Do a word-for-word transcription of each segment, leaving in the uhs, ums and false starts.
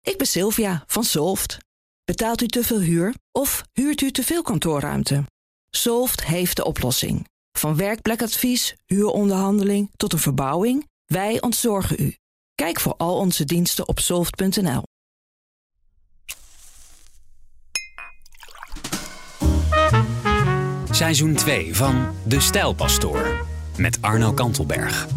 Ik ben Sylvia van Solft. Betaalt u te veel huur of huurt u te veel kantoorruimte? Solft heeft de oplossing. Van werkplekadvies, huuronderhandeling tot een verbouwing, wij ontzorgen u. Kijk voor al onze diensten op solft punt n l. Seizoen twee van De Stijlpastoor met Arno Kantelberg.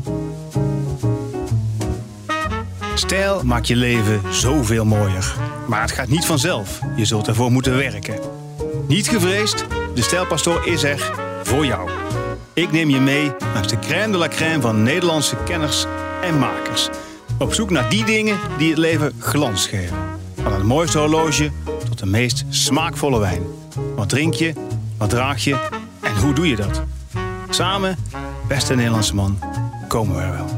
Stijl maakt je leven zoveel mooier. Maar het gaat niet vanzelf. Je zult ervoor moeten werken. Niet gevreesd, De Stijlpastoor is er voor jou. Ik neem je mee langs de crème de la crème van Nederlandse kenners en makers. Op zoek naar die dingen die het leven glans geven. Van het mooiste horloge tot de meest smaakvolle wijn. Wat drink je, wat draag je en hoe doe je dat? Samen, beste Nederlandse man, komen we er wel.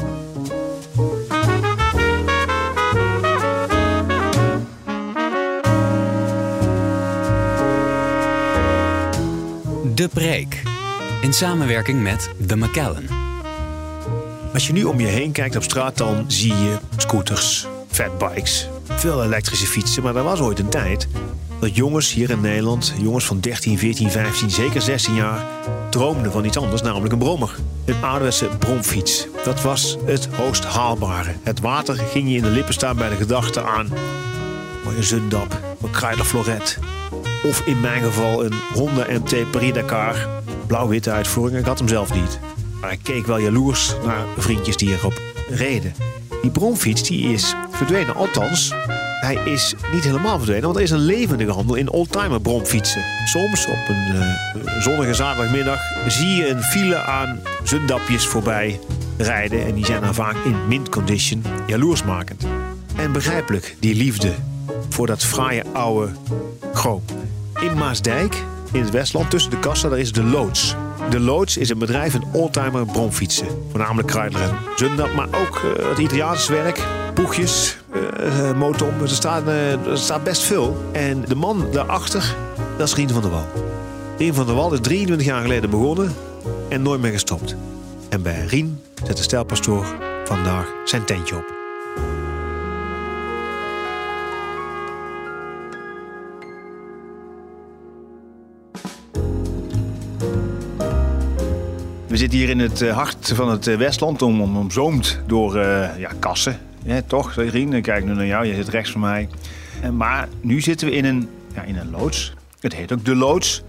De Preek. In samenwerking met The Macallan. Als je nu om je heen kijkt op straat, dan zie je scooters, fatbikes, veel elektrische fietsen. Maar er was ooit een tijd dat jongens hier in Nederland, jongens van dertien, veertien, vijftien, zeker zestien jaar, droomden van iets anders, namelijk een brommer. Een ouderwetse bromfiets. Dat was het hoogst haalbare. Het water ging je in de lippen staan bij de gedachte aan mooie Zundap, een Kreidler Floret. Of in mijn geval een Honda M T Paris-Dakar. Blauw-witte uitvoering, ik had hem zelf niet. Maar ik keek wel jaloers naar vriendjes die erop reden. Die bromfiets die is verdwenen, althans, hij is niet helemaal verdwenen, want er is een levendige handel in oldtimer bromfietsen. Soms op een uh, zonnige zaterdagmiddag zie je een file aan Zundapjes voorbij rijden en die zijn dan vaak in mint condition, jaloersmakend. En begrijpelijk, die liefde voor dat fraaie oude chroom. In Maasdijk, in het Westland, tussen de kassen, daar is de Loods. De Loods is een bedrijf in oldtimer bromfietsen. Voornamelijk Kreidler en Zundap, maar ook uh, het Italiaans werk. Boegjes, uh, motom, er staat, uh, er staat best veel. En de man daarachter, dat is Rien van der Wal. Rien van der Wal is drieëntwintig jaar geleden begonnen en nooit meer gestopt. En bij Rien zet de Stijlpastoor vandaag zijn tentje op. We zitten hier in het hart van het Westland, om, om, omzoomd door uh, ja, kassen. Ja, toch, Rien? Ik kijk nu naar jou, jij zit rechts van mij. En, maar nu zitten we in een, ja, in een loods. Het heet ook de Loods.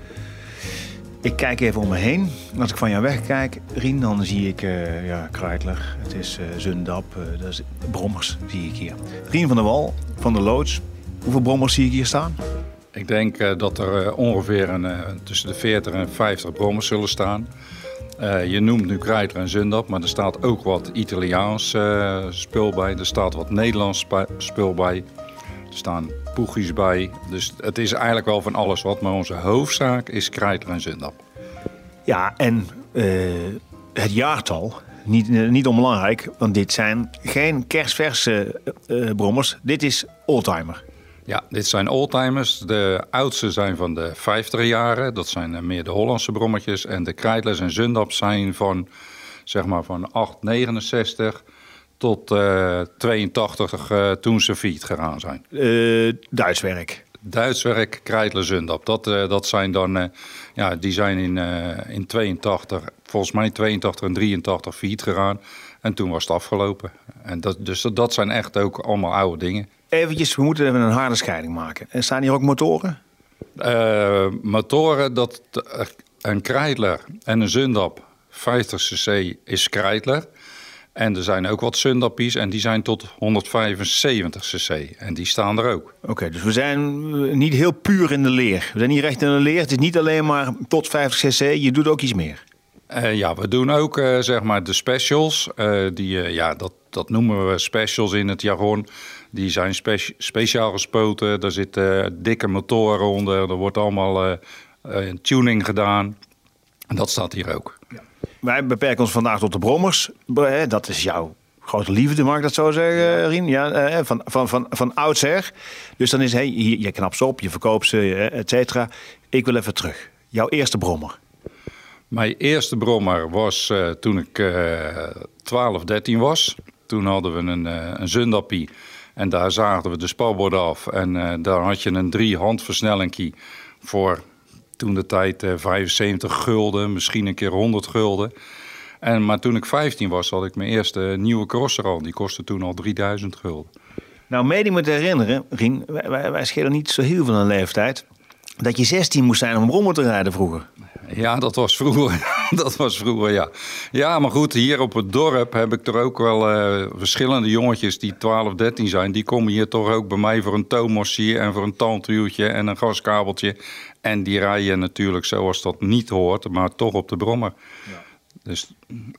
Ik kijk even om me heen. Als ik van jou wegkijk, Rien, dan zie ik uh, ja, Kreidler. Het is uh, Zundap, uh, dat is brommers zie ik hier. Rien van der Wal van de Loods. Hoeveel brommers zie ik hier staan? Ik denk uh, dat er uh, ongeveer een, uh, tussen de veertig en vijftig brommers zullen staan. Uh, je noemt nu Kreidler en Zundap, maar er staat ook wat Italiaans uh, spul bij. Er staat wat Nederlands spul bij. Er staan poegjes bij. Dus het is eigenlijk wel van alles wat. Maar onze hoofdzaak is Kreidler en Zundap. Ja, en uh, het jaartal, niet, uh, niet onbelangrijk. Want dit zijn geen kerstverse uh, brommers. Dit is oldtimer. Ja, dit zijn oldtimers. De oudste zijn van de vijftig jaren. Dat zijn meer de Hollandse brommetjes. En de Kreidlers en Zundap zijn van, zeg maar, van acht negenenzestig tot uh, tweeëntachtig uh, toen ze failliet gegaan zijn. Uh, Duits werk. Duits werk, Kreidler, Zundap. Dat, uh, dat zijn dan, uh, ja, die zijn in, uh, in tweeëntachtig, volgens mij tweeëntachtig en drieëntachtig failliet gegaan. En toen was het afgelopen. En dat, dus dat, dat zijn echt ook allemaal oude dingen. Eventjes, we moeten even een harde scheiding maken. En staan hier ook motoren? Uh, motoren, dat, een Kreidler en een Zundap, vijftig cc is Kreidler. En er zijn ook wat Zundappies en die zijn tot honderdvijfenzeventig cc. En die staan er ook. Oké, okay, dus we zijn niet heel puur in de leer. We zijn niet recht in de leer. Het is niet alleen maar tot vijftig cc, je doet ook iets meer. Uh, ja, we doen ook uh, zeg maar de specials. Uh, die, uh, ja, dat, dat noemen we specials in het jargon. Die zijn spe- speciaal gespoten. Daar zitten uh, dikke motoren onder. Er wordt allemaal uh, uh, tuning gedaan. En dat staat hier ook. Ja. Wij beperken ons vandaag tot de brommers. Dat is jouw grote liefde, mag ik dat zo zeggen, Rien? Ja, van, van, van, van oudsher. Dus dan is, hey, hier, je knapt ze op, je verkoopt ze, et cetera. Ik wil even terug. Jouw eerste brommer. Mijn eerste brommer was uh, toen ik uh, twaalf, dertien was. Toen hadden we een, uh, een Zundappie. En daar zaagden we de sparborden af. En uh, daar had je een drie-handversnellingkie voor toen de tijd uh, vijfenzeventig gulden, misschien een keer honderd gulden. En, maar toen ik vijftien was, had ik mijn eerste nieuwe crosser al. Die kostte toen al drieduizend gulden. Nou, mede moet herinneren, Rien, wij, wij, wij schelen niet zo heel veel een leeftijd, dat je zestien moest zijn om een brommer te rijden vroeger. Ja, dat was vroeger. dat was vroeger, ja. Ja, maar goed, hier op het dorp heb ik er ook wel uh, verschillende jongetjes die twaalf, dertien zijn. Die komen hier toch ook bij mij voor een toomossie en voor een tandwieltje en een gaskabeltje. En die rijden natuurlijk zoals dat niet hoort, maar toch op de brommer. Ja. Dus...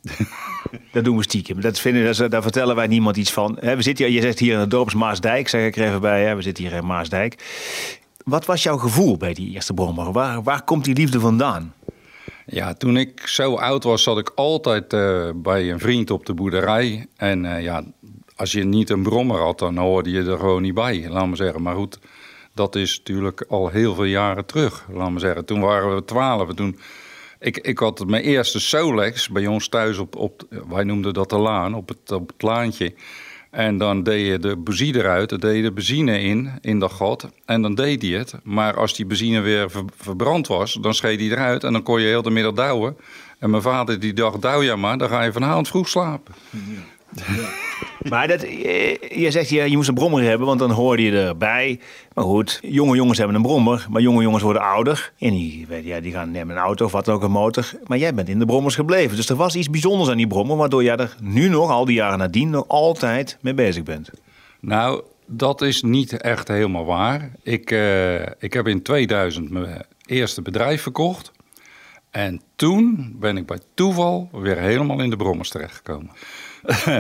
Dat doen we stiekem. Dat vinden, dat, daar vertellen wij niemand iets van. We zitten hier, je zegt hier in het dorp Maasdijk, zeg ik er even bij. Hè? We zitten hier in Maasdijk. Wat was jouw gevoel bij die eerste brommer? Waar, waar komt die liefde vandaan? Ja, toen ik zo oud was, zat ik altijd uh, bij een vriend op de boerderij. En uh, ja, als je niet een brommer had, dan hoorde je er gewoon niet bij, laat maar zeggen. Maar goed, dat is natuurlijk al heel veel jaren terug, laat maar zeggen. Toen waren we twaalf. Toen, ik, ik had mijn eerste Solex bij ons thuis op, op, wij noemden dat de laan, op het, op het laantje. En dan deed je de benzine eruit, dan deed je de benzine in, in dat gat. En dan deed hij het. Maar als die benzine weer ver, verbrand was, dan scheed hij eruit. En dan kon je heel de middag douwen. En mijn vader die dacht, douw ja maar, dan ga je vanavond vroeg slapen. Ja. Ja. Maar dat, je zegt, je, je moest een brommer hebben, want dan hoorde je erbij. Maar goed, jonge jongens hebben een brommer, maar jonge jongens worden ouder. En die, ja, die gaan nemen een auto of wat dan ook, een motor. Maar jij bent in de brommers gebleven. Dus er was iets bijzonders aan die brommer, waardoor jij er nu nog, al die jaren nadien, nog altijd mee bezig bent. Nou, dat is niet echt helemaal waar. Ik, uh, ik heb in tweeduizend mijn eerste bedrijf verkocht. En toen ben ik bij toeval weer helemaal in de brommers terechtgekomen. uh,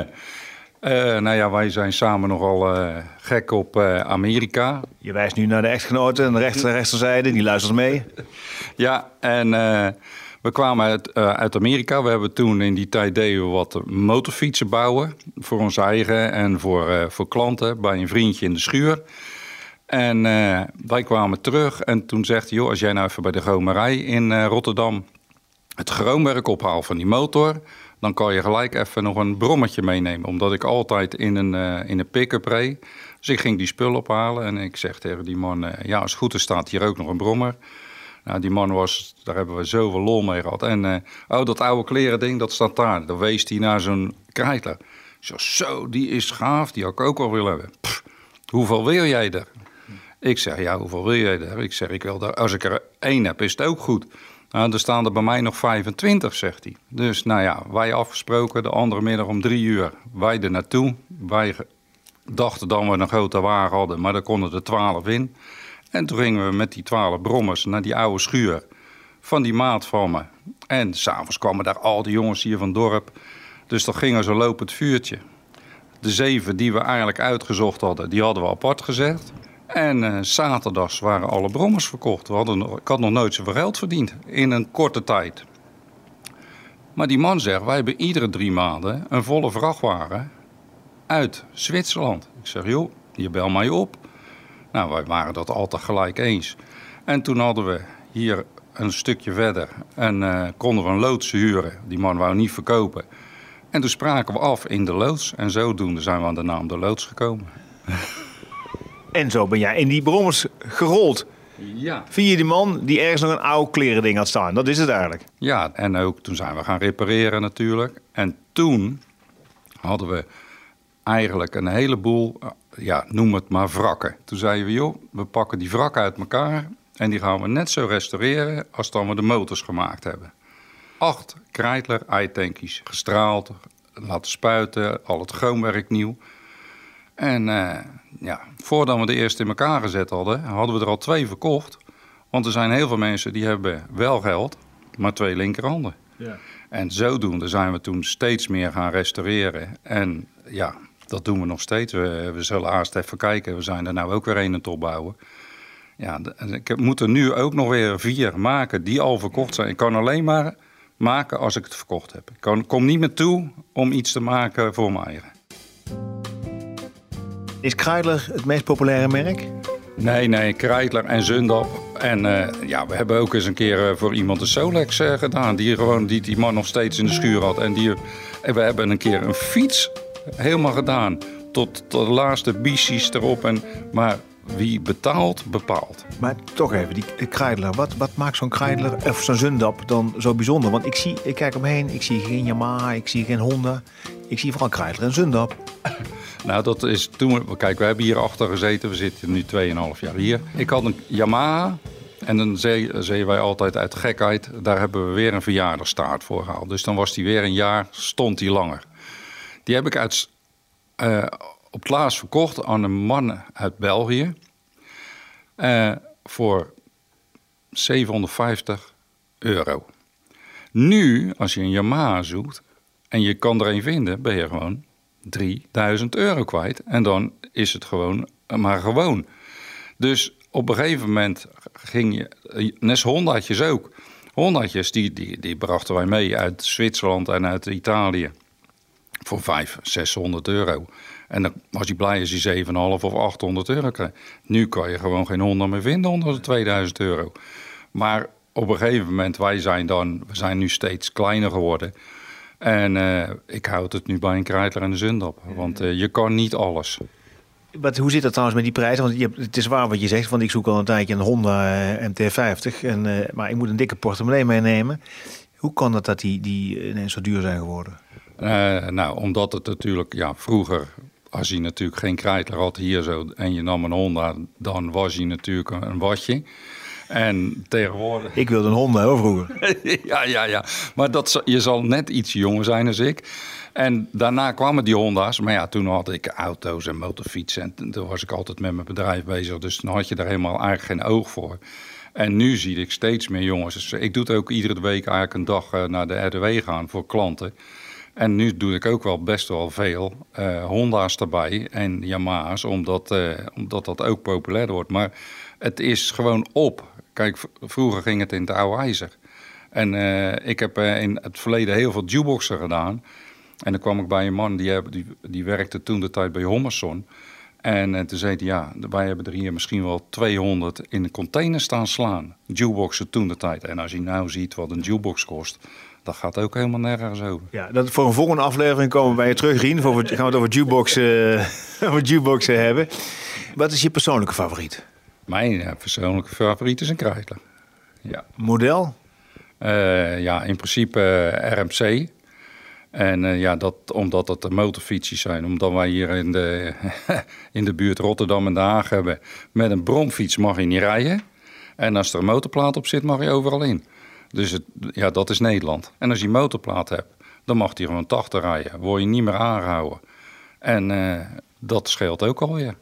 nou ja, wij zijn samen nogal uh, gek op uh, Amerika. Je wijst nu naar de echtgenote aan de rechter, rechterzijde, die luistert mee. Ja, en uh, we kwamen uit, uh, uit Amerika. We hebben toen in die tijd deden we wat motorfietsen bouwen. Voor ons eigen en voor, uh, voor klanten bij een vriendje in de schuur. En uh, wij kwamen terug en toen zegt hij, joh, als jij nou even bij de gromerij in uh, Rotterdam het chroomwerk ophaalt van die motor, dan kan je gelijk even nog een brommetje meenemen. Omdat ik altijd in een, uh, in een pick-up reed. Dus ik ging die spullen ophalen en ik zeg tegen die man, uh, ja, als het goed is staat hier ook nog een brommer. Nou, die man was, daar hebben we zoveel lol mee gehad. En uh, oh, dat oude kleren ding, dat staat daar. Dan wees hij naar zo'n Kreitler. Ik zeg, zo, die is gaaf, die had ik ook wel willen hebben. Pff, hoeveel wil jij er? Ik zeg, ja, hoeveel wil jij er? Ik zeg, ik wil er, als ik er één heb, is het ook goed. Nou, er staan er bij mij nog vijfentwintig, zegt hij. Dus nou ja, wij afgesproken, de andere middag om drie uur. Wij er naartoe. Wij dachten dat we een grote wagen hadden, maar daar konden er twaalf in. En toen gingen we met die twaalf brommers naar die oude schuur van die maat van me. En s'avonds kwamen daar al die jongens hier van het dorp. Dus dan ging er zo lopend vuurtje. De zeven die we eigenlijk uitgezocht hadden, die hadden we apart gezet. En uh, zaterdags waren alle brommers verkocht. We hadden, ik had nog nooit zoveel geld verdiend in een korte tijd. Maar die man zegt, wij hebben iedere drie maanden een volle vrachtwagen uit Zwitserland. Ik zeg, joh, je bel mij op. Nou, wij waren dat altijd gelijk eens. En toen hadden we hier een stukje verder en uh, konden we een loods huren. Die man wou niet verkopen. En toen spraken we af in de loods. En zodoende zijn we aan de naam de loods gekomen. En zo ben jij in die brommers gerold. Ja. Via die man die ergens nog een oude klerending had staan. Dat is het eigenlijk. Ja, en ook toen zijn we gaan repareren natuurlijk. En toen hadden we eigenlijk een heleboel, ja, noem het maar wrakken. Toen zeiden we, joh, we pakken die wrakken uit elkaar en die gaan we net zo restaureren als dan we de motors gemaakt hebben. Acht Kreitler i-tankies, gestraald, laten spuiten, al het chroomwerk nieuw. En uh, ja, voordat we de eerste in elkaar gezet hadden, hadden we er al twee verkocht. Want er zijn heel veel mensen die hebben wel geld, maar twee linkerhanden. Ja. En zodoende zijn we toen steeds meer gaan restaureren. En ja, dat doen we nog steeds. We, we zullen haast even kijken. We zijn er nou ook weer een aan het opbouwen. Ja, ik moet er nu ook nog weer vier maken die al verkocht zijn. Ik kan alleen maar maken als ik het verkocht heb. Ik kan, kom niet meer toe om iets te maken voor mijn eigen. Is Kreitler het meest populaire merk? Nee, nee, Kreitler en Zundap. En uh, ja, we hebben ook eens een keer uh, voor iemand een Solex uh, gedaan. Die, gewoon, die die man nog steeds in de schuur had. En die, uh, we hebben een keer een fiets helemaal gedaan. tot de laatste biesjes erop. En, maar wie betaalt, bepaalt. Maar toch even, die Kreidler. Wat, wat maakt zo'n Kreidler of zo'n Zundap dan zo bijzonder? Want ik, zie, ik kijk omheen, ik zie geen Yamaha, ik zie geen Honda. Ik zie vooral Kreidler en Zundap. Nou, dat is toen... Kijk, we hebben hier achter gezeten. We zitten nu tweeënhalf jaar hier. Ik had een Yamaha. En dan zeiden wij altijd uit gekheid, daar hebben we weer een verjaardagstaart voor gehaald. Dus dan was die weer een jaar, stond die langer. Die heb ik uit, uh, op het laatst verkocht aan een man uit België. Uh, voor zevenhonderdvijftig euro. Nu, als je een Yamaha zoekt en je kan er een vinden, ben je gewoon drieduizend euro kwijt. En dan is het gewoon maar gewoon. Dus op een gegeven moment ging je... Net Hondaatjes ook. Hondaatjes, die, die, die brachten wij mee uit Zwitserland en uit Italië. Voor vijfhonderd, zeshonderd euro. En dan was hij blij als hij zevenhonderd of achthonderd euro kreeg. Nu kan je gewoon geen Honda meer vinden onder de tweeduizend euro. Maar op een gegeven moment, wij zijn dan... We zijn nu steeds kleiner geworden. En uh, ik houd het nu bij een Kreidler en een Zundap. Want uh, je kan niet alles. Wat, hoe zit dat trouwens met die prijzen? Want je hebt, het is waar wat je zegt, want ik zoek al een tijdje een Honda uh, M T vijftig. En, uh, maar ik moet een dikke portemonnee meenemen. Hoe kan het dat die, die ineens zo duur zijn geworden? Uh, nou, omdat het natuurlijk, ja, vroeger, als je natuurlijk geen Kreidler had hier zo en je nam een Honda, dan was hij natuurlijk een, een watje. En tegenwoordig... Ik wilde een Honda, hoor, vroeger. ja, ja, ja. Maar dat, je zal net iets jonger zijn als ik. En daarna kwamen die Honda's. Maar ja, toen had ik auto's en motorfietsen. En toen was ik altijd met mijn bedrijf bezig. Dus dan had je daar helemaal eigenlijk geen oog voor. En nu zie ik steeds meer jongens. Dus ik doe het ook iedere week eigenlijk een dag naar de R D W gaan voor klanten. En nu doe ik ook wel best wel veel uh, Honda's erbij en Yamaha's. Omdat, uh, omdat dat ook populair wordt. Maar het is gewoon op. Kijk, v- vroeger ging het in het oude ijzer. En uh, ik heb uh, in het verleden heel veel jukeboxen gedaan. En dan kwam ik bij een man, die, die, die werkte toen de tijd bij Hommerson. En uh, toen zei hij, ja, wij hebben er hier misschien wel tweehonderd in de container staan slaan. Jukeboxen toen de tijd. En als je nou ziet wat een jukebox kost, dat gaat ook helemaal nergens over. Ja, dat voor een volgende aflevering komen we bij je terug, Rien. Voor, gaan we het over jukeboxen, over jukeboxen hebben. Wat is je persoonlijke favoriet? Mijn uh, persoonlijke favoriet is een Kreidler. Ja. Model? Uh, ja, in principe uh, R M C. En uh, ja, dat, omdat dat de motorfietsjes zijn. Omdat wij hier in de, in de buurt Rotterdam en Den Haag hebben. Met een bromfiets mag je niet rijden. En als er een motorplaat op zit, mag je overal in. Dus het, ja, dat is Nederland. En als je een motorplaat hebt, dan mag die gewoon tachtig rijden. Word je niet meer aangehouden. En uh, dat scheelt ook alweer.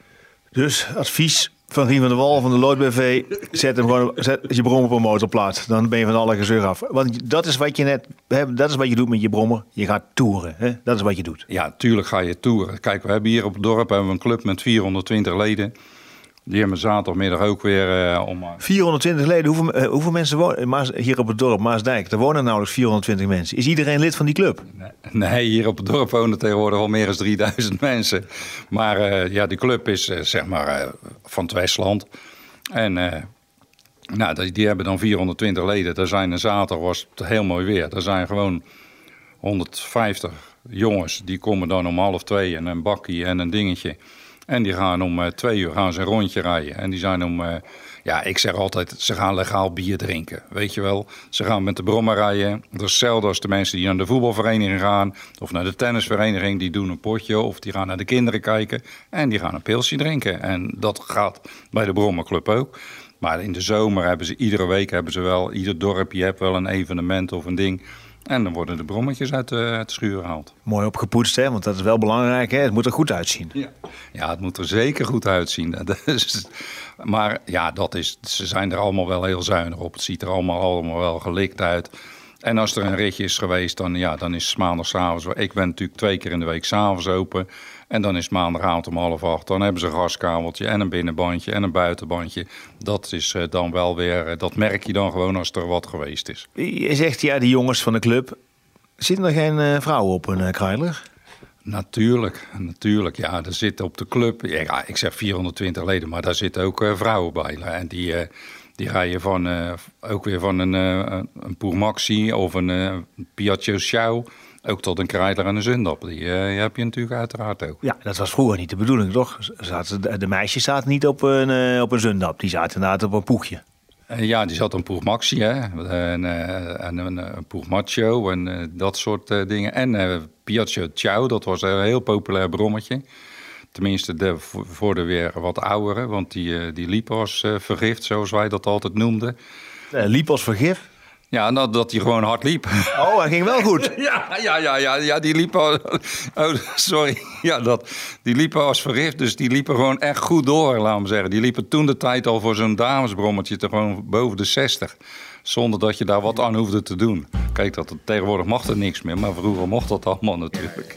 Dus advies van Rien van der Wal van de Lloyd B V, zet hem gewoon, zet je brommer op een motorplaat. Dan ben je van alle gezeur af. Want dat is wat je net, dat is wat je doet met je brommer. Je gaat toeren, hè? Dat is wat je doet. Ja, tuurlijk ga je toeren. Kijk, we hebben hier op het dorp hebben we een club met vierhonderdtwintig leden. Die hebben zaterdagmiddag ook weer uh, om... vierhonderdtwintig leden, hoeveel, uh, hoeveel mensen wonen hier op het dorp Maasdijk? Er wonen nauwelijks vierhonderdtwintig mensen. Is iedereen lid van die club? Nee, nee, hier op het dorp wonen tegenwoordig al meer dan drieduizend mensen. Maar uh, ja, die club is uh, zeg maar uh, van het Westland. En uh, nou, die, die hebben dan vierhonderdtwintig leden. Daar zijn een zaterdag was het heel mooi weer. Er zijn gewoon honderdvijftig jongens. Die komen dan om half twee en een bakkie en een dingetje. En die gaan om uh, twee uur gaan ze een rondje rijden. En die zijn om, uh, ja, ik zeg altijd, ze gaan legaal bier drinken. Weet je wel, ze gaan met de brommer rijden. Dat is hetzelfde als de mensen die naar de voetbalvereniging gaan. Of naar de tennisvereniging, die doen een potje. Of die gaan naar de kinderen kijken. En die gaan een pilsje drinken. En dat gaat bij de brommerclub ook. Maar in de zomer hebben ze, iedere week hebben ze wel, ieder dorpje heeft wel een evenement of een ding. En dan worden de brommetjes uit de, uit de schuur gehaald. Mooi opgepoetst, hè? Want dat is wel belangrijk, hè? Het moet er goed uitzien. Ja, ja, het moet er zeker goed uitzien. Dus, maar ja, dat is, ze zijn er allemaal wel heel zuinig op. Het ziet er allemaal, allemaal wel gelikt uit. En als er een ritje is geweest, dan, ja, dan is het maandagavond. Ik ben natuurlijk twee keer in de week 's avonds open. En dan is het maandagavond om half acht. Dan hebben ze een gaskabeltje en een binnenbandje en een buitenbandje. Dat is uh, dan wel weer, uh, dat merk je dan gewoon als er wat geweest is. Je zegt, ja, die jongens van de club. Zitten er geen uh, vrouwen op een uh, Kreidler? Natuurlijk, natuurlijk. Ja, er zitten op de club, ja, ik zeg vierhonderdtwintig leden, maar daar zitten ook uh, vrouwen bij. En die, uh, die rijden van, uh, ook weer van een, uh, een Pour Maxi of een uh, Piaggio Ciao. Ook tot een Kreidler en een Zundap. Die uh, heb je natuurlijk uiteraard ook. Ja, dat was vroeger niet de bedoeling, toch? Zaten, de, de meisjes zaten niet op een, uh, op een Zundap. Die zaten inderdaad op een poegje. Uh, ja, die zat een Poeg Maxi, hè. En, uh, en een, een Poeg Macho en uh, dat soort uh, dingen. En uh, Piaggio Ciao, dat was een heel populair brommetje. Tenminste, de, voor de weer wat ouderen. Want die, uh, die liep als uh, vergift, zoals wij dat altijd noemden. Uh, liep als vergif? Ja, dat, dat hij gewoon hard liep. Oh, hij ging wel goed. ja, ja, ja, ja, ja, die liepen... Oh, sorry. Ja, dat, die liepen als vergift, dus die liepen gewoon echt goed door, laat me zeggen. Die liepen toen de tijd al voor zo'n damesbrommetje te gewoon boven de zestig. Zonder dat je daar wat aan hoefde te doen. Kijk, dat, tegenwoordig mag er niks meer, maar vroeger mocht dat allemaal natuurlijk.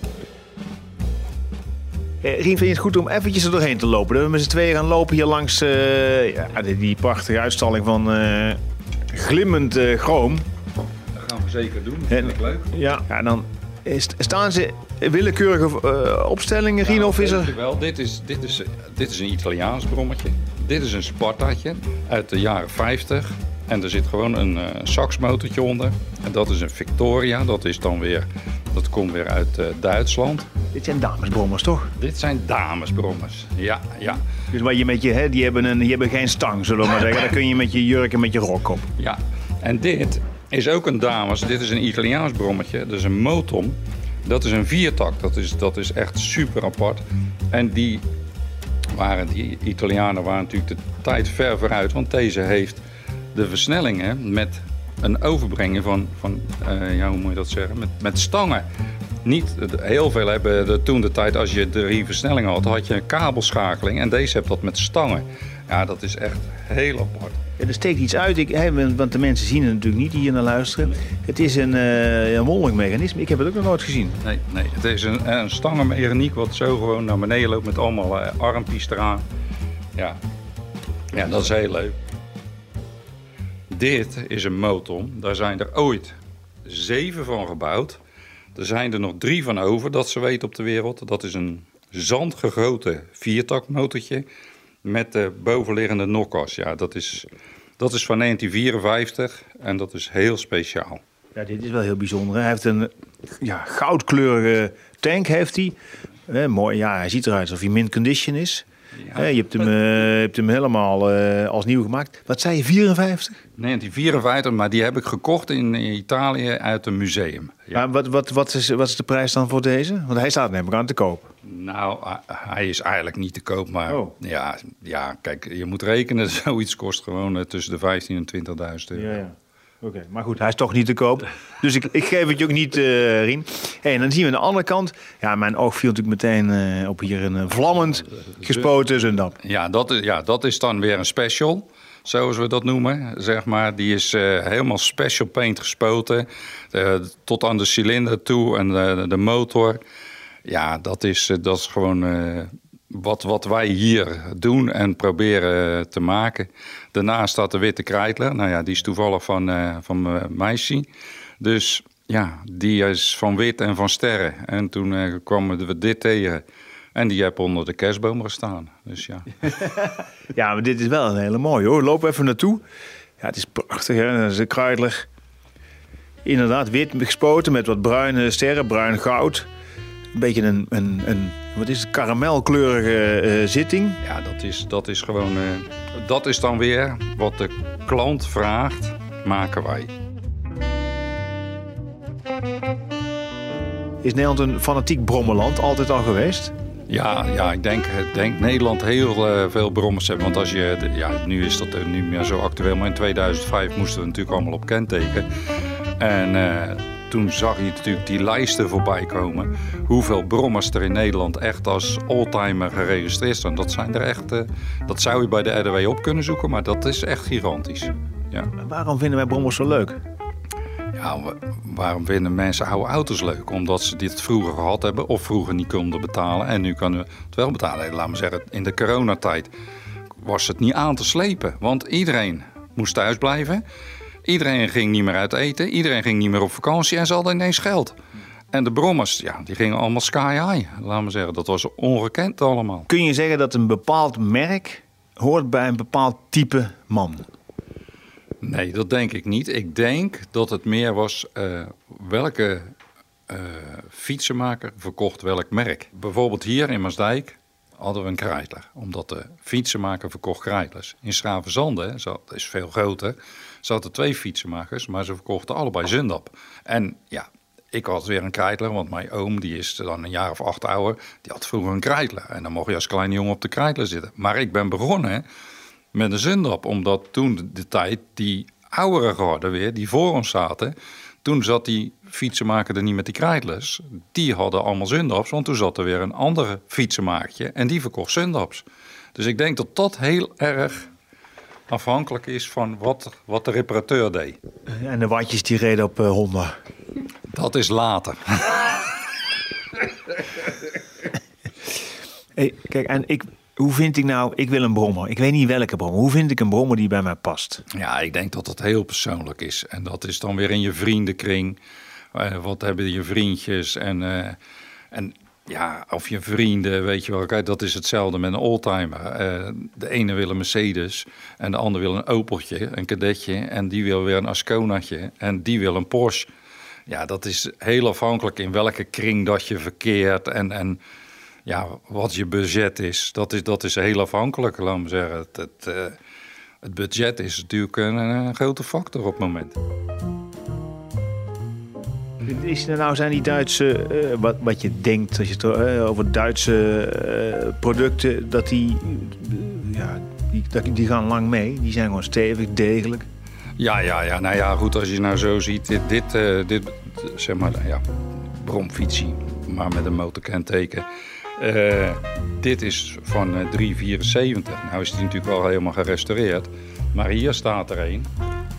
Eh, Rien, vind je het goed om eventjes er doorheen te lopen? Dat we met z'n tweeën gaan lopen hier langs uh, ja, die, die prachtige uitstalling van... Uh, glimmend uh, chroom. Dat gaan we zeker doen. Dat vind ik leuk. Ja, ja, dan is, staan ze willekeurige uh, opstellingen, Rien, nou, of is er... Wel, dit is, dit, is, dit is een Italiaans brommetje. Dit is een Spartaatje uit de jaren vijftig. En er zit gewoon een uh, saxmotortje onder. En dat is een Victoria. Dat is dan weer, dat komt weer uit uh, Duitsland. Dit zijn damesbrommers, toch? Dit zijn damesbrommers, ja, ja. Dus waar je met je, hè, die, hebben een, die hebben geen stang, zullen we maar zeggen. Daar kun je met je jurk en met je rok op. Ja, en dit is ook een dames. Dit is een Italiaans brommetje. Dat is een Moton. Dat is een viertak. Dat is, dat is echt super apart. En die, waren, die Italianen waren natuurlijk de tijd ver vooruit. Want deze heeft de versnellingen met een overbrengen van, van uh, ja, hoe moet je dat zeggen, met, met stangen. Niet, heel veel hebben de, toen de tijd, als je drie versnellingen had, had je een kabelschakeling. En deze hebt dat met stangen. Ja, dat is echt heel apart. Ja, er steekt iets uit, ik, hè, want de mensen zien het natuurlijk niet die hier naar luisteren. Het is een, uh, een wonderlijk mechanisme, ik heb het ook nog nooit gezien. Nee, nee, het is een, een stangenmechaniek wat zo gewoon naar beneden loopt met allemaal uh, armpjes eraan. Ja. ja, dat is heel leuk. Dit is een Moton, daar zijn er ooit zeven van gebouwd. Er zijn er nog drie van over, dat ze weten op de wereld. Dat is een zandgegoten viertakmotortje met de bovenliggende nokkas. Ja, dat is, dat is van negentien vierenvijftig en dat is heel speciaal. Ja, dit is wel heel bijzonder. Hij heeft een ja, goudkleurige tank, heeft hij. Eh, mooi, ja, hij ziet eruit alsof hij mint condition is. Ja. Eh, je, hebt hem, uh, je hebt hem helemaal uh, als nieuw gemaakt. Wat zei je, vierenvijftig? negentien vierenvijftig, maar die heb ik gekocht in Italië uit een museum. Ja. Maar wat, wat, wat, is, wat is de prijs dan voor deze? Want hij staat nemelijk aan te koop. Nou, hij is eigenlijk niet te koop, maar oh. ja, ja, kijk, je moet rekenen, zoiets kost gewoon uh, tussen de vijftienduizend en twintigduizend euro. Ja, ja. Oké, okay, maar goed, hij is toch niet te koop. Dus ik, ik geef het je ook niet, uh, Rien. Hey, en dan zien we aan de andere kant... Ja, mijn oog viel natuurlijk meteen uh, op hier een uh, vlammend gespoten Zundap. Ja dat, is, ja, dat is dan weer een special, zoals we dat noemen. Zeg maar. Die is uh, helemaal special paint gespoten. Uh, tot aan de cilinder toe en de, de motor. Ja, dat is, uh, dat is gewoon... Uh, Wat, wat wij hier doen en proberen te maken. Daarnaast staat de witte Kreidler. Nou ja, die is toevallig van, uh, van mijn meisje. Dus ja, die is van wit en van sterren. En toen uh, kwamen we dit tegen. En die heb onder de kerstboom gestaan. Dus ja. Ja, maar dit is wel een hele mooie hoor. Loop even naartoe. Ja, het is prachtig hè. Dat is een Kreidler. Inderdaad, wit gespoten met wat bruine sterren, bruin goud. Een beetje een, een, een wat is het, karamelkleurige uh, zitting. Ja, dat is, dat is gewoon... Uh, dat is dan weer wat de klant vraagt, maken wij. Is Nederland een fanatiek brommenland altijd al geweest? Ja, ja ik denk, denk Nederland heel uh, veel brommers hebben. Want als je, ja, nu is dat niet meer zo actueel, maar in tweeduizend vijf moesten we natuurlijk allemaal op kenteken. En... Uh, Toen zag je natuurlijk die lijsten voorbij komen. Hoeveel brommers er in Nederland echt als oldtimer geregistreerd staan. Dat zijn er echt. Uh, dat zou je bij de R D W op kunnen zoeken, maar dat is echt gigantisch. Ja. Waarom vinden wij brommers zo leuk? Ja, waarom vinden mensen oude auto's leuk? Omdat ze dit vroeger gehad hebben of vroeger niet konden betalen. En nu kunnen we het wel betalen. Laat me zeggen, in de coronatijd was het niet aan te slepen. Want iedereen moest thuis blijven. Iedereen ging niet meer uit eten. Iedereen ging niet meer op vakantie. En ze hadden ineens geld. En de brommers, ja, die gingen allemaal sky high. Laat me zeggen, dat was ongekend allemaal. Kun je zeggen dat een bepaald merk hoort bij een bepaald type man? Nee, dat denk ik niet. Ik denk dat het meer was uh, welke uh, fietsenmaker verkocht welk merk. Bijvoorbeeld hier in Maasdijk hadden we een Kreidler. Omdat de fietsenmaker verkocht Kreidlers. In Schravenzande, dat is veel groter, zaten twee fietsenmakers, maar ze verkochten allebei Zundap. En ja, ik had weer een Kreidler, want mijn oom, die is dan een jaar of acht ouder, die had vroeger een Kreidler. En dan mocht je als kleine jongen op de Kreidler zitten. Maar ik ben begonnen met een Zundap, omdat toen de, de tijd die ouderen geworden weer, die voor ons zaten, toen zat die fietsenmaker er niet met die Kreidlers. Die hadden allemaal Zundaps, want toen zat er weer een andere fietsenmakertje en die verkocht Zundaps. Dus ik denk dat dat heel erg afhankelijk is van wat, wat de reparateur deed. En de watjes die reden op uh, Honda. Dat is later. Hey, kijk, en ik, hoe vind ik nou, ik wil een brommer. Ik weet niet welke brommer. Hoe vind ik een brommer die bij mij past? Ja, ik denk dat dat heel persoonlijk is. En dat is dan weer in je vriendenkring. Uh, wat hebben je vriendjes? En, uh, en ja, of je vrienden, weet je wel. Kijk, dat is hetzelfde met een oldtimer. Uh, de ene wil een Mercedes en de ander wil een Opeltje, een Kadetje. En die wil weer een Asconatje en die wil een Porsche. Ja, dat is heel afhankelijk in welke kring dat je verkeert en... en ja, wat je budget is, dat is, dat is heel afhankelijk, laat me zeggen. Het, het, uh, het budget is natuurlijk een, een grote factor op het moment. Is er nou zijn die Duitse, uh, wat, wat je denkt als je het uh, over Duitse uh, producten, dat die, uh, ja, die, dat, die gaan lang mee, die zijn gewoon stevig, degelijk. Ja, ja, ja, nou ja, goed, als je nou zo ziet, dit, dit, uh, dit zeg maar, nou ja, bromfietsie, maar met een motorkenteken. Uh, dit is van uh, drie vierenzeventig. Nou is die natuurlijk wel helemaal gerestaureerd. Maar hier staat er een.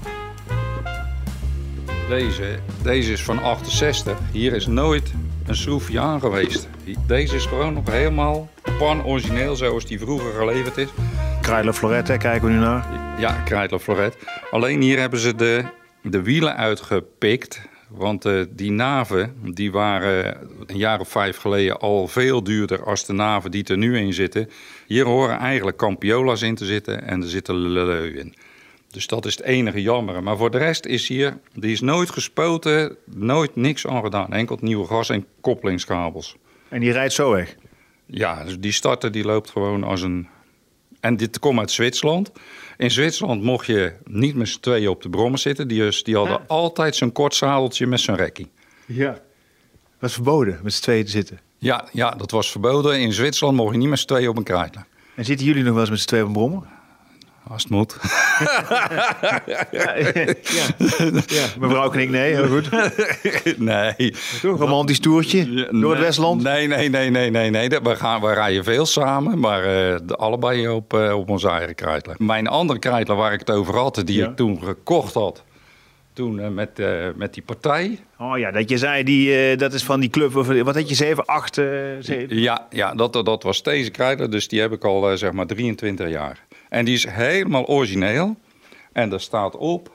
Deze, deze is van achtenzestig. Hier is nooit een schroefje aan geweest. Deze is gewoon nog helemaal pan origineel zoals die vroeger geleverd is. Kreidler Floret, hè, kijken we nu naar. Ja, Kreidler Floret. Alleen hier hebben ze de, de wielen uitgepikt. Want uh, die naven die waren een jaar of vijf geleden al veel duurder als de naven die er nu in zitten. Hier horen eigenlijk Campiola's in te zitten en er zitten Leleu in. Dus dat is het enige jammer. Maar voor de rest is hier, die is nooit gespoten, nooit niks aan gedaan. Enkel het nieuwe gas en koppelingskabels. En die rijdt zo weg? Ja, dus die starter die loopt gewoon als een... En dit komt uit Zwitserland. In Zwitserland mocht je niet met z'n tweeën op de brommer zitten. Die, die hadden ja. altijd zo'n kort zadeltje met zo'n rekkie. Ja. Dat was verboden, met z'n tweeën te zitten? Ja, ja, dat was verboden. In Zwitserland mocht je niet met z'n tweeën op een Kreidler. En zitten jullie nog wel eens met z'n tweeën op een brommer? Als het moet. ja, ja, ja. ja, mevrouw knikt nee, heel goed. Nee. Toch, romantisch toertje door het Westland? Nee, nee, nee, nee, nee, nee. We, gaan, we rijden veel samen, maar uh, de, allebei op, uh, op onze eigen Kreidler. Mijn andere Kreidler waar ik het over had, die ja. ik toen gekocht had, toen uh, met, uh, met die partij. Oh ja, dat je zei, die, uh, dat is van die club, wat had je, zeven, acht? Uh, zeven? Ja, ja dat, dat was deze Kreidler, dus die heb ik al uh, zeg maar drieëntwintig jaar. En die is helemaal origineel. En daar staat op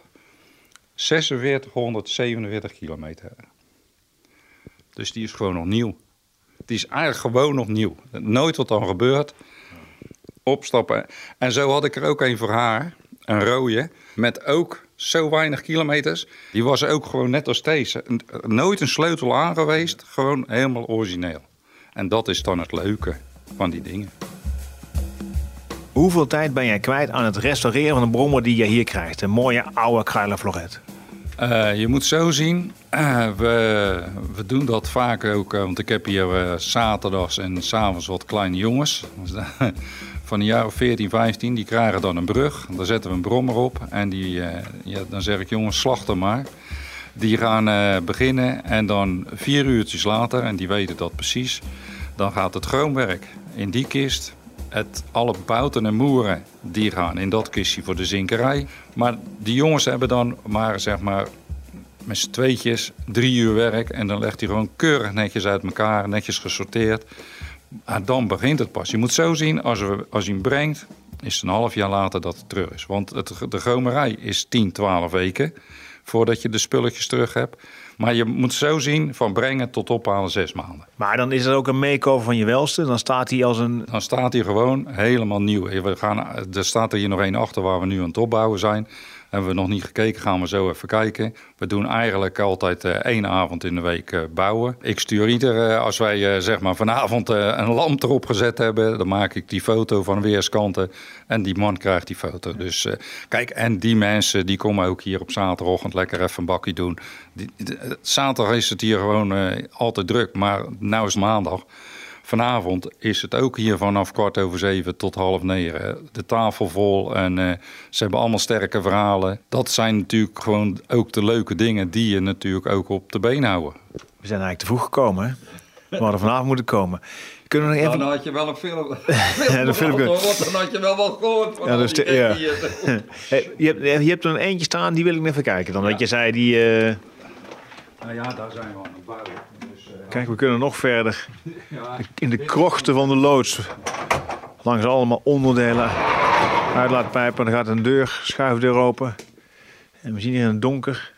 zesenveertighonderdzevenenveertig kilometer. Dus die is gewoon nog nieuw. Die is eigenlijk gewoon nog nieuw. Nooit wat dan gebeurt. Opstappen. En zo had ik er ook een voor haar. Een rode. Met ook zo weinig kilometers. Die was ook gewoon net als deze. Nooit een sleutel aan geweest. Gewoon helemaal origineel. En dat is dan het leuke van die dingen. Hoeveel tijd ben jij kwijt aan het restaureren van een brommer die je hier krijgt? Een mooie oude Kreidler Floret. Uh, je moet zo zien, uh, we, we doen dat vaak ook, uh, want ik heb hier uh, zaterdags en 's avonds wat kleine jongens. Van een jaar of veertien, vijftien, die krijgen dan een brug. Daar zetten we een brommer op en die, uh, ja, dan zeg ik jongens, slag er maar. Die gaan uh, beginnen en dan vier uurtjes later, en die weten dat precies, dan gaat het chroomwerk in die kist. Het, alle bouten en moeren die gaan in dat kistje voor de zinkerij. Maar die jongens hebben dan maar, zeg maar, met z'n tweetjes drie uur werk. En dan legt hij gewoon keurig netjes uit elkaar, netjes gesorteerd. En dan begint het pas. Je moet zo zien, als, we, als hij hem brengt, is het een half jaar later dat het terug is. Want het, de chromerij is tien, twaalf weken voordat je de spulletjes terug hebt. Maar je moet zo zien, van brengen tot ophalen zes maanden. Maar dan is er ook een meekover van je welste. Dan staat hij als een... Dan staat hij gewoon helemaal nieuw. We gaan, er staat er hier nog één achter waar we nu aan het opbouwen zijn. Hebben we nog niet gekeken, gaan we zo even kijken. We doen eigenlijk altijd uh, één avond in de week uh, bouwen. Ik stuur ieder, uh, als wij uh, zeg maar vanavond uh, een lamp erop gezet hebben, dan maak ik die foto van weerskanten en die man krijgt die foto. Dus uh, kijk, en die mensen die komen ook hier op zaterdagochtend lekker even een bakje doen. Die, die, zaterdag is het hier gewoon uh, altijd druk, maar nou is het maandag. Vanavond is het ook hier vanaf kwart over zeven tot half negen. De tafel vol en uh, ze hebben allemaal sterke verhalen. Dat zijn natuurlijk gewoon ook de leuke dingen die je natuurlijk ook op de been houden. We zijn eigenlijk te vroeg gekomen, hè? We hadden vanavond moeten komen. Kunnen we nog even... Nou, dan had je wel een film. Ja, de film... Dan had je wel wat gehoord van ja, dus die de, ja. hey, je, hebt, je hebt er een eentje staan, die wil ik even kijken. Dan ja. Dat je zei die... Uh... Nou ja, daar zijn we aan het bouwen. Dus, uh, Kijk, we kunnen nog verder. In de krochten van de loods. Langs allemaal onderdelen. Uitlaatpijpen. Dan gaat een deur, schuifdeur open. En we zien hier in het donker.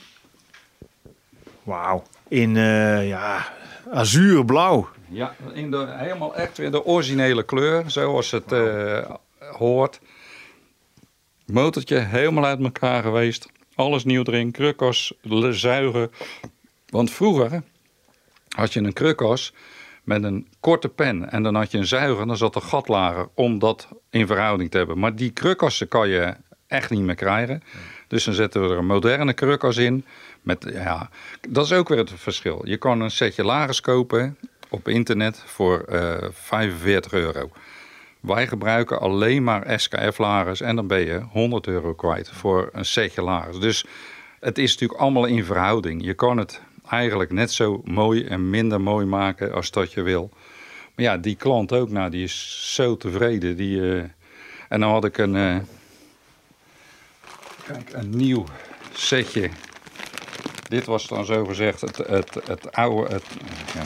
Wauw. In uh, ja, azuurblauw. Ja, in de, helemaal echt weer de originele kleur. Zoals het uh, hoort. Motortje helemaal uit elkaar geweest. Alles nieuw erin. Krukkers, zuigen. Want vroeger had je een krukas met een korte pen. En dan had je een zuiger en dan zat er gatlager om dat in verhouding te hebben. Maar die krukassen kan je echt niet meer krijgen. Dus dan zetten we er een moderne krukas in. Met, ja, dat is ook weer het verschil. Je kan een setje lagers kopen op internet voor uh, vijfenveertig euro. Wij gebruiken alleen maar S K F-lagers en dan ben je honderd euro kwijt voor een setje lagers. Dus het is natuurlijk allemaal in verhouding. Je kan het eigenlijk net zo mooi en minder mooi maken als dat je wil. Maar ja, die klant ook, nou, die is zo tevreden. Die, uh... En dan had ik een, uh... Kijk, een nieuw setje. Dit was dan zogezegd het, het, het oude... Het, ja.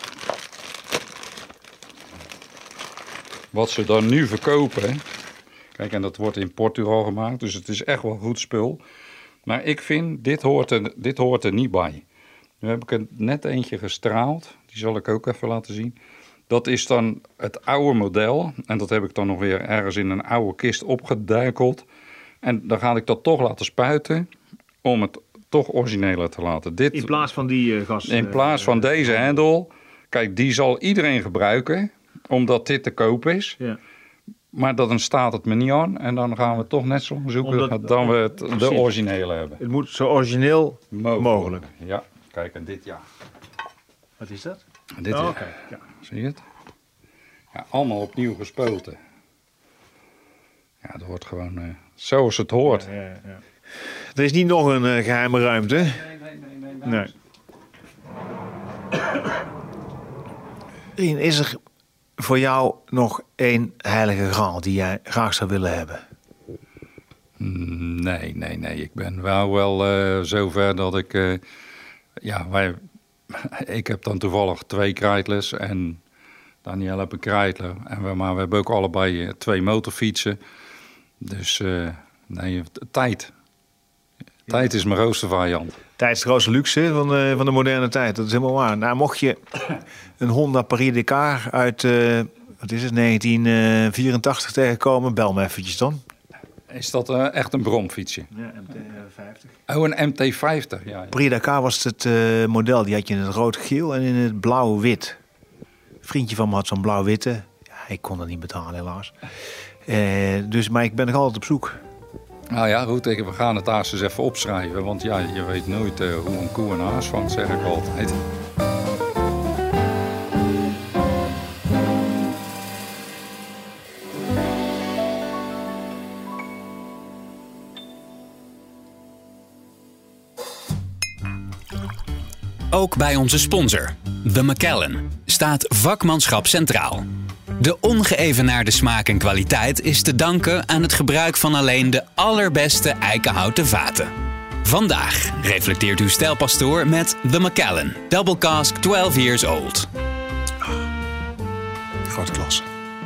Wat ze dan nu verkopen. Kijk, en dat wordt in Portugal gemaakt. Dus het is echt wel goed spul. Maar ik vind, dit hoort er, dit hoort er niet bij. Nu heb ik er net eentje gestraald. Die zal ik ook even laten zien. Dat is dan het oude model. En dat heb ik dan nog weer ergens in een oude kist opgeduikeld. En dan ga ik dat toch laten spuiten. Om het toch origineler te laten. Dit, in plaats van die uh, gas. In plaats van uh, deze hendel. Kijk, die zal iedereen gebruiken. Omdat dit te koop is. Ja. Maar dan staat het me niet aan. En dan gaan we toch net zo lang zoeken Omdat, dan we het, de originele hebben. Het moet zo origineel mogelijk. mogelijk. Ja, kijk, en dit ja. Wat is dat? Dit oh, is, okay. Ja. Zie je het? Ja, allemaal opnieuw gespoten. Ja, dat wordt gewoon uh, zoals het hoort. Ja, ja, ja. Er is niet nog een uh, geheime ruimte. Nee, nee, nee. nee, nee. nee. Is er voor jou nog één heilige graal die jij graag zou willen hebben? Nee, nee, nee. Ik ben wel, wel uh, zover dat ik... Uh, ja, wij... Ik heb dan toevallig twee krijtlers en Daniel heb een krijtler. En we, maar we hebben ook allebei twee motorfietsen. Dus uh, nee, tijd. Tijd is mijn grootste vijand. Tijd is de grootste luxe van de, van de moderne tijd. Dat is helemaal waar. Nou, mocht je een Honda Paris-Dakar uit uh, wat is het, negentien vierentachtig tegenkomen, bel me eventjes dan. Is dat uh, echt een bromfietsje? Ja, M T vijftig. Oh, een M T vijftig, ja. ja. Paris-Dakar was het uh, model. Die had je in het rood-geel en in het blauw-wit. Een vriendje van me had zo'n blauw-witte. Ja, ik kon dat niet betalen, helaas. Uh, dus, maar ik ben nog altijd op zoek. Nou ja, goed, we gaan het daar eens even opschrijven. Want ja, je weet nooit uh, hoe een koe een haas vangt, zeg ik altijd. Ook bij onze sponsor, The Macallan, staat vakmanschap centraal. De ongeëvenaarde smaak en kwaliteit is te danken aan het gebruik van alleen de allerbeste eikenhouten vaten. Vandaag reflecteert uw stijlpastoor met The Macallan Double Cask twaalf years old. Grote klasse.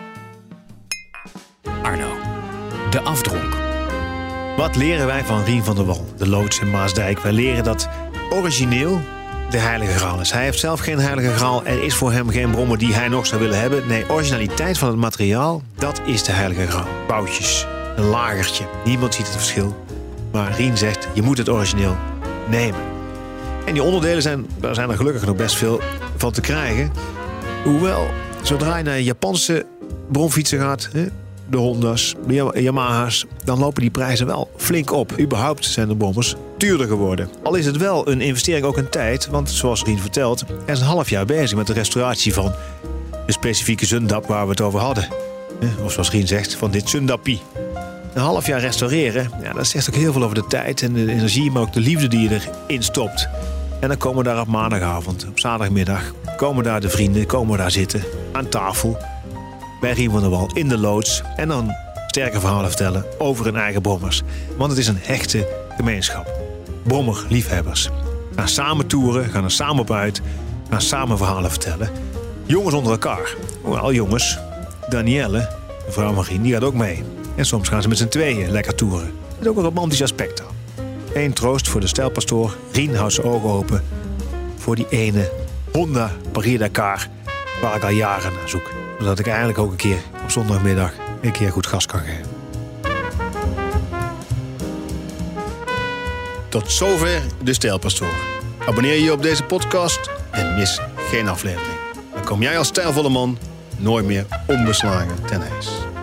Arno, de afdronk. Wat leren wij van Rien van der Wal, de loods in Maasdijk? Wij leren dat origineel de heilige graal is. Hij heeft zelf geen heilige graal. Er is voor hem geen brommer die hij nog zou willen hebben. Nee, originaliteit van het materiaal, dat is de heilige graal. Boutjes, een lagertje. Niemand ziet het verschil. Maar Rien zegt, je moet het origineel nemen. En die onderdelen zijn, daar zijn er gelukkig nog best veel van te krijgen. Hoewel, zodra je naar Japanse bromfietsen gaat, de Honda's, de Yamaha's, dan lopen die prijzen wel flink op. Überhaupt zijn de brommers duurder geworden. Al is het wel een investering ook in tijd, want zoals Rien vertelt, er is een half jaar bezig met de restauratie van de specifieke Zundap waar we het over hadden. Of zoals Rien zegt, van dit Zundappie. Een half jaar restaureren, ja, dat zegt ook heel veel over de tijd en de energie, maar ook de liefde die je erin stopt. En dan komen we daar op maandagavond, op zaterdagmiddag, komen daar de vrienden, komen we daar zitten, aan tafel, bij Rien van der Wal, in de loods. En dan sterke verhalen vertellen over hun eigen brommers. Want het is een hechte gemeenschap. Brommerliefhebbers. Gaan samen toeren, gaan er samen op uit, gaan samen verhalen vertellen. Jongens onder elkaar. Wel jongens, Danielle, de vrouw van Rien, die gaat ook mee. En soms gaan ze met z'n tweeën lekker toeren. Er is ook een romantisch aspect aan. Eén troost voor de stijlpastoor. Rien houdt zijn ogen open voor die ene Honda Paris-Dakar waar ik al jaren naar zoek. Zodat ik eigenlijk ook een keer op zondagmiddag een keer goed gas kan geven. Tot zover de Stijlpastoor. Abonneer je op deze podcast en mis geen aflevering. Dan kom jij als stijlvolle man nooit meer onbeslagen ten ijs.